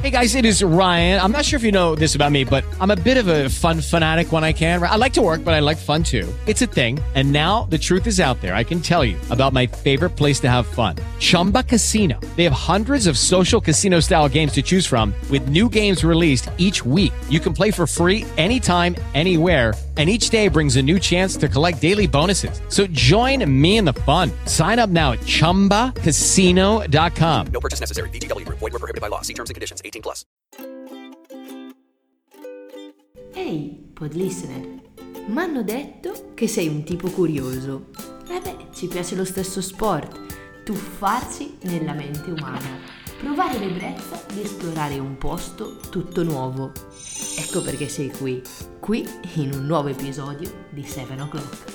Hey guys, it is Ryan. I'm not sure if you know this about me, but I'm a bit of a fun fanatic when I can. I like to work, but I like fun too. It's a thing. And now the truth is out there. I can tell you about my favorite place to have fun. Chumba Casino. They have hundreds of social casino style games to choose from with new games released each week. You can play for free anytime, anywhere. And each day brings a new chance to collect daily bonuses. So join me in the fun. Sign up now at ChumbaCasino.com. No purchase necessary. VGW Group. Void where prohibited by law. See terms and conditions. 18+. Ehi, pod listener, m'hanno detto che sei un tipo curioso. Ci piace lo stesso sport, tuffarci nella mente umana, provare l'ebbrezza di esplorare un posto tutto nuovo. Ecco perché sei qui in un nuovo episodio di 7 O'Clock.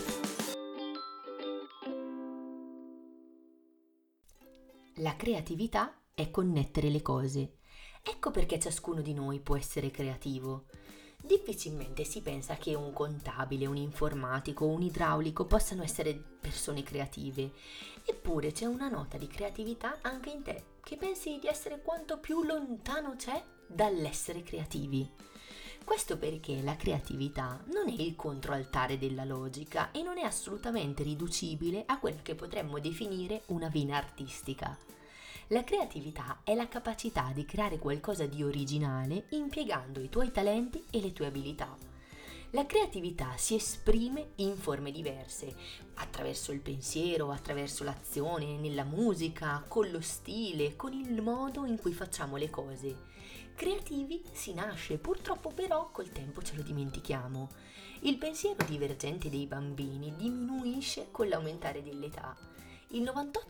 La creatività è connettere le cose. Ecco perché ciascuno di noi può essere creativo. Difficilmente si pensa che un contabile, un informatico o un idraulico possano essere persone creative. Eppure c'è una nota di creatività anche in te, che pensi di essere quanto più lontano c'è dall'essere creativi. Questo perché la creatività non è il controaltare della logica e non è assolutamente riducibile a quella che potremmo definire una vena artistica. La creatività è la capacità di creare qualcosa di originale impiegando i tuoi talenti e le tue abilità. La creatività si esprime in forme diverse, attraverso il pensiero, attraverso l'azione, nella musica, con lo stile, con il modo in cui facciamo le cose. Creativi si nasce, purtroppo però col tempo ce lo dimentichiamo. Il pensiero divergente dei bambini diminuisce con l'aumentare dell'età. Il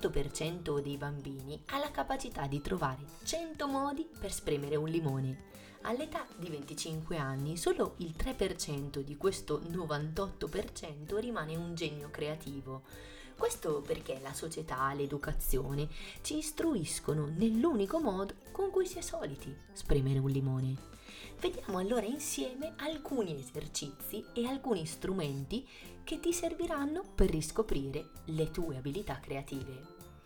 98% dei bambini ha la capacità di trovare 100 modi per spremere un limone. All'età di 25 anni solo il 3% di questo 98% rimane un genio creativo. Questo perché la società, l'educazione ci istruiscono nell'unico modo con cui si è soliti spremere un limone. Vediamo allora insieme alcuni esercizi e alcuni strumenti che ti serviranno per riscoprire le tue abilità creative.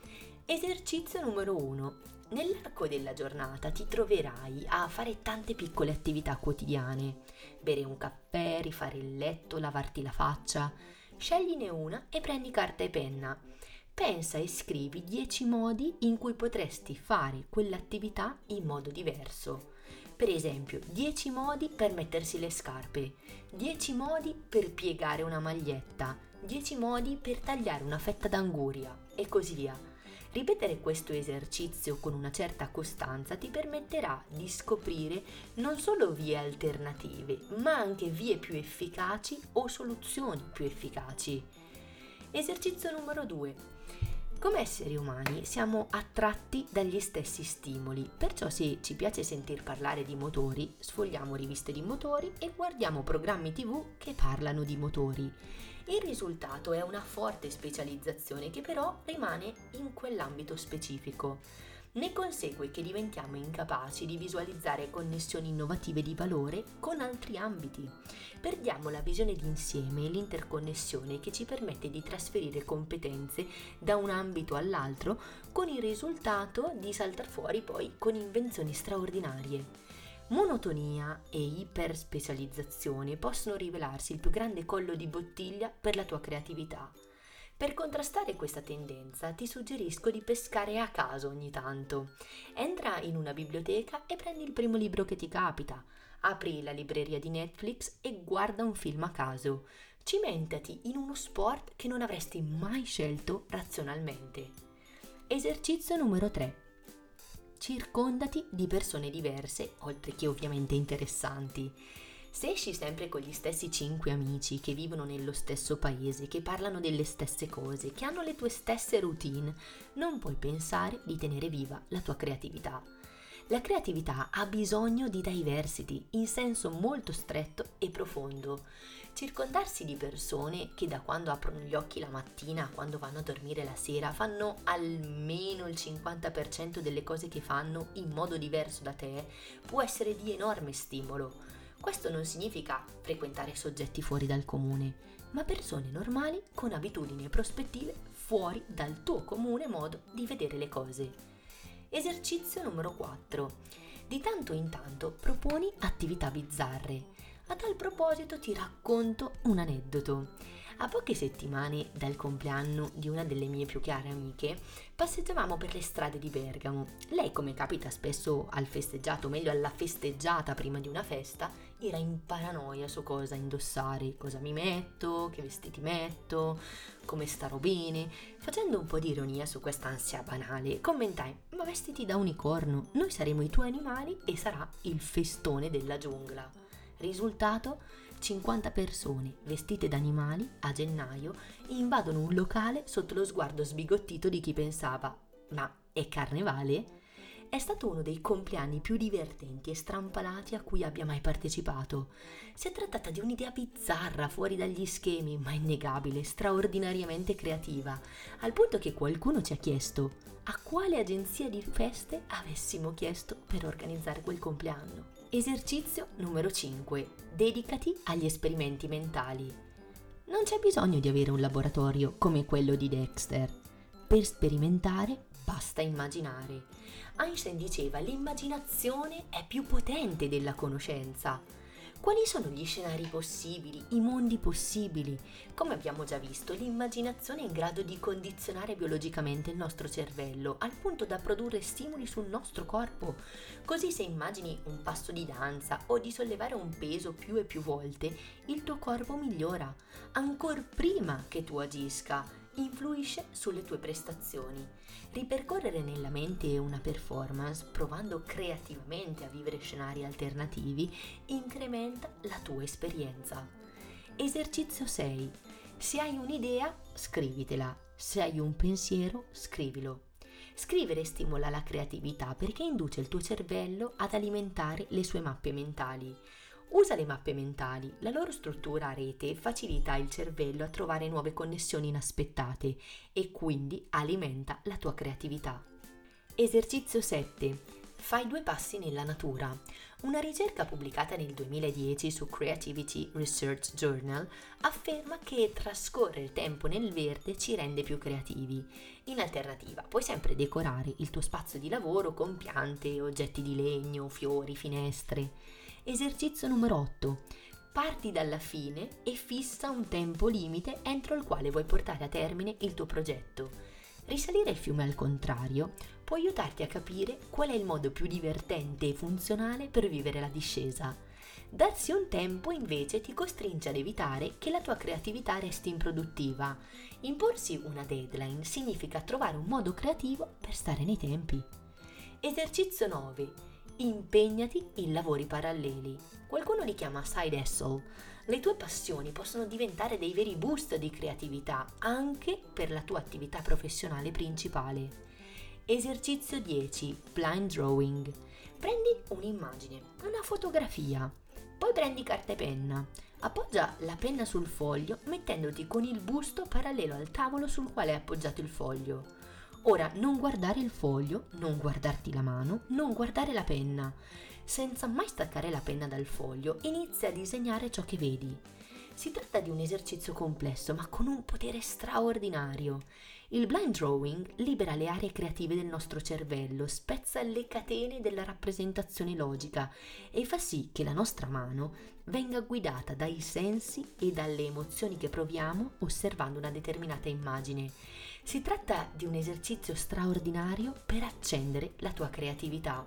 Esercizio numero 1. Nell'arco della giornata ti troverai a fare tante piccole attività quotidiane. Bere un caffè, rifare il letto, lavarti la faccia. Scegliene una e prendi carta e penna. Pensa e scrivi 10 modi in cui potresti fare quell'attività in modo diverso. Per esempio, 10 modi per mettersi le scarpe, 10 modi per piegare una maglietta, 10 modi per tagliare una fetta d'anguria e così via. Ripetere questo esercizio con una certa costanza ti permetterà di scoprire non solo vie alternative, ma anche vie più efficaci o soluzioni più efficaci. Esercizio numero 2. Come esseri umani siamo attratti dagli stessi stimoli, perciò se ci piace sentir parlare di motori, sfogliamo riviste di motori e guardiamo programmi TV che parlano di motori. Il risultato è una forte specializzazione che però rimane in quell'ambito specifico. Ne consegue che diventiamo incapaci di visualizzare connessioni innovative di valore con altri ambiti. Perdiamo la visione d'insieme e l'interconnessione che ci permette di trasferire competenze da un ambito all'altro con il risultato di saltar fuori poi con invenzioni straordinarie. Monotonia e iperspecializzazione possono rivelarsi il più grande collo di bottiglia per la tua creatività. Per contrastare questa tendenza ti suggerisco di pescare a caso ogni tanto. Entra in una biblioteca e prendi il primo libro che ti capita. Apri la libreria di Netflix e guarda un film a caso. Cimentati in uno sport che non avresti mai scelto razionalmente. Esercizio numero 3. Circondati di persone diverse, oltre che ovviamente interessanti. Se esci sempre con gli stessi 5 amici che vivono nello stesso paese, che parlano delle stesse cose, che hanno le tue stesse routine, non puoi pensare di tenere viva la tua creatività. La creatività ha bisogno di diversity in senso molto stretto e profondo. Circondarsi di persone che da quando aprono gli occhi la mattina a quando vanno a dormire la sera fanno almeno il 50% delle cose che fanno in modo diverso da te può essere di enorme stimolo. Questo non significa frequentare soggetti fuori dal comune, ma persone normali con abitudini e prospettive fuori dal tuo comune modo di vedere le cose. Esercizio numero 4. Di tanto in tanto proponi attività bizzarre. A tal proposito ti racconto un aneddoto. A poche settimane dal compleanno di una delle mie più care amiche, passeggiavamo per le strade di Bergamo. Lei, come capita spesso al festeggiato, o meglio alla festeggiata prima di una festa, era in paranoia su cosa indossare, cosa mi metto, che vestiti metto, come starò bene. Facendo un po' di ironia su questa ansia banale, commentai: ma vestiti da unicorno, noi saremo i tuoi animali e sarà il festone della giungla. Risultato? 50 persone vestite da animali a gennaio invadono un locale sotto lo sguardo sbigottito di chi pensava: ma è carnevale? È stato uno dei compleanni più divertenti e strampalati a cui abbia mai partecipato. Si è trattata di un'idea bizzarra, fuori dagli schemi, ma innegabile, straordinariamente creativa, al punto che qualcuno ci ha chiesto a quale agenzia di feste avessimo chiesto per organizzare quel compleanno. Esercizio numero 5. Dedicati agli esperimenti mentali. Non c'è bisogno di avere un laboratorio come quello di Dexter. Per sperimentare basta immaginare. Einstein diceva: l'immaginazione è più potente della conoscenza. Quali sono gli scenari possibili, i mondi possibili? Come abbiamo già visto, l'immaginazione è in grado di condizionare biologicamente il nostro cervello, al punto da produrre stimoli sul nostro corpo. Così, se immagini un passo di danza o di sollevare un peso più e più volte, il tuo corpo migliora, ancor prima che tu agisca. Influisce sulle tue prestazioni. Ripercorrere nella mente una performance, provando creativamente a vivere scenari alternativi, incrementa la tua esperienza. Esercizio 6. Se hai un'idea, scrivitela. Se hai un pensiero, scrivilo. Scrivere stimola la creatività perché induce il tuo cervello ad alimentare le sue mappe mentali. Usa le mappe mentali, la loro struttura a rete facilita il cervello a trovare nuove connessioni inaspettate e quindi alimenta la tua creatività. Esercizio 7. Fai 2 passi nella natura. Una ricerca pubblicata nel 2010 su Creativity Research Journal afferma che trascorrere tempo nel verde ci rende più creativi. In alternativa, puoi sempre decorare il tuo spazio di lavoro con piante, oggetti di legno, fiori, finestre. Esercizio numero 8. Parti dalla fine e fissa un tempo limite entro il quale vuoi portare a termine il tuo progetto. Risalire il fiume al contrario può aiutarti a capire qual è il modo più divertente e funzionale per vivere la discesa. Darsi un tempo invece ti costringe ad evitare che la tua creatività resti improduttiva. Imporsi una deadline significa trovare un modo creativo per stare nei tempi. Esercizio 9. Impegnati in lavori paralleli. Qualcuno li chiama side hustle. Le tue passioni possono diventare dei veri boost di creatività anche per la tua attività professionale principale. Esercizio 10. Blind drawing. Prendi un'immagine, una fotografia, poi prendi carta e penna. Appoggia la penna sul foglio mettendoti con il busto parallelo al tavolo sul quale è appoggiato il foglio. Ora, non guardare il foglio, non guardarti la mano, non guardare la penna. Senza mai staccare la penna dal foglio, inizia a disegnare ciò che vedi. Si tratta di un esercizio complesso, ma con un potere straordinario. Il blind drawing libera le aree creative del nostro cervello, spezza le catene della rappresentazione logica e fa sì che la nostra mano venga guidata dai sensi e dalle emozioni che proviamo osservando una determinata immagine. Si tratta di un esercizio straordinario per accendere la tua creatività.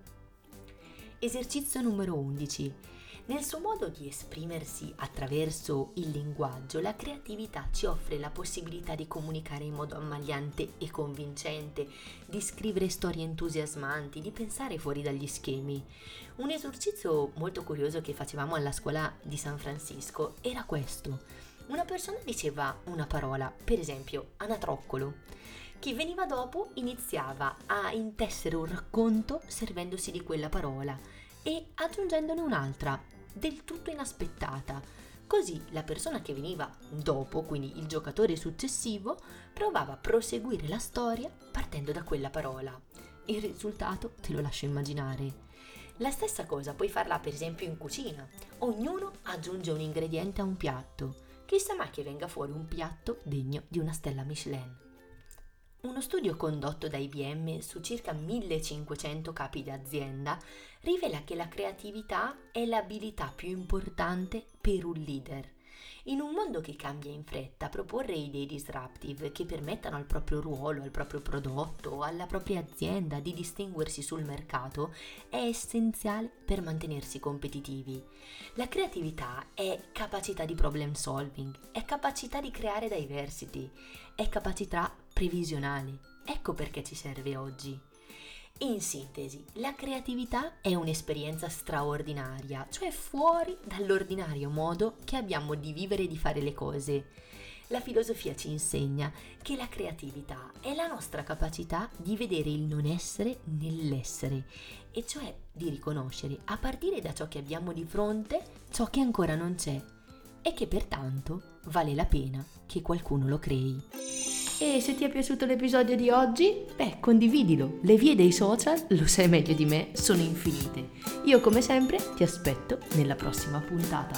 Esercizio numero 11. Nel suo modo di esprimersi attraverso il linguaggio, la creatività ci offre la possibilità di comunicare in modo ammagliante e convincente, di scrivere storie entusiasmanti, di pensare fuori dagli schemi. Un esercizio molto curioso che facevamo alla scuola di San Francisco era questo. Una persona diceva una parola, per esempio anatroccolo. Chi veniva dopo iniziava a intessere un racconto servendosi di quella parola e aggiungendone un'altra, del tutto inaspettata. Così la persona che veniva dopo, quindi il giocatore successivo, provava a proseguire la storia partendo da quella parola. Il risultato te lo lascio immaginare. La stessa cosa puoi farla per esempio in cucina. Ognuno aggiunge un ingrediente a un piatto. Chissà mai che venga fuori un piatto degno di una stella Michelin. Uno studio condotto da IBM su circa 1500 capi d'azienda rivela che la creatività è l'abilità più importante per un leader. In un mondo che cambia in fretta, proporre idee disruptive che permettano al proprio ruolo, al proprio prodotto, alla propria azienda di distinguersi sul mercato è essenziale per mantenersi competitivi. La creatività è capacità di problem solving, è capacità di creare diversity, è capacità previsionale. Ecco perché ci serve oggi. In sintesi, la creatività è un'esperienza straordinaria, cioè fuori dall'ordinario modo che abbiamo di vivere e di fare le cose. La filosofia ci insegna che la creatività è la nostra capacità di vedere il non essere nell'essere, e cioè di riconoscere, a partire da ciò che abbiamo di fronte, ciò che ancora non c'è e che pertanto vale la pena che qualcuno lo crei. E se ti è piaciuto l'episodio di oggi, condividilo. Le vie dei social, lo sai meglio di me, sono infinite. Io come sempre ti aspetto nella prossima puntata.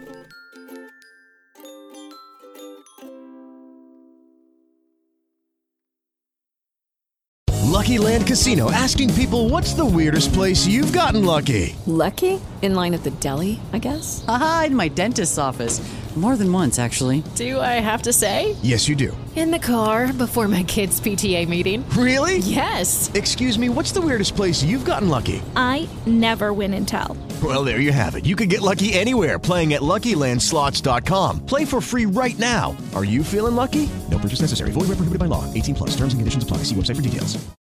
Lucky Land Casino, asking people, what's the weirdest place you've gotten lucky? Lucky? In line at the deli, I guess? Aha, in my dentist's office. More than once, actually. Do I have to say? Yes, you do. In the car before my kids' PTA meeting. Really? Yes. Excuse me, what's the weirdest place you've gotten lucky? I never win and tell. Well, there you have it. You can get lucky anywhere, playing at LuckyLandSlots.com. Play for free right now. Are you feeling lucky? No purchase necessary. Void where prohibited by law. 18+. Terms and conditions apply. See website for details.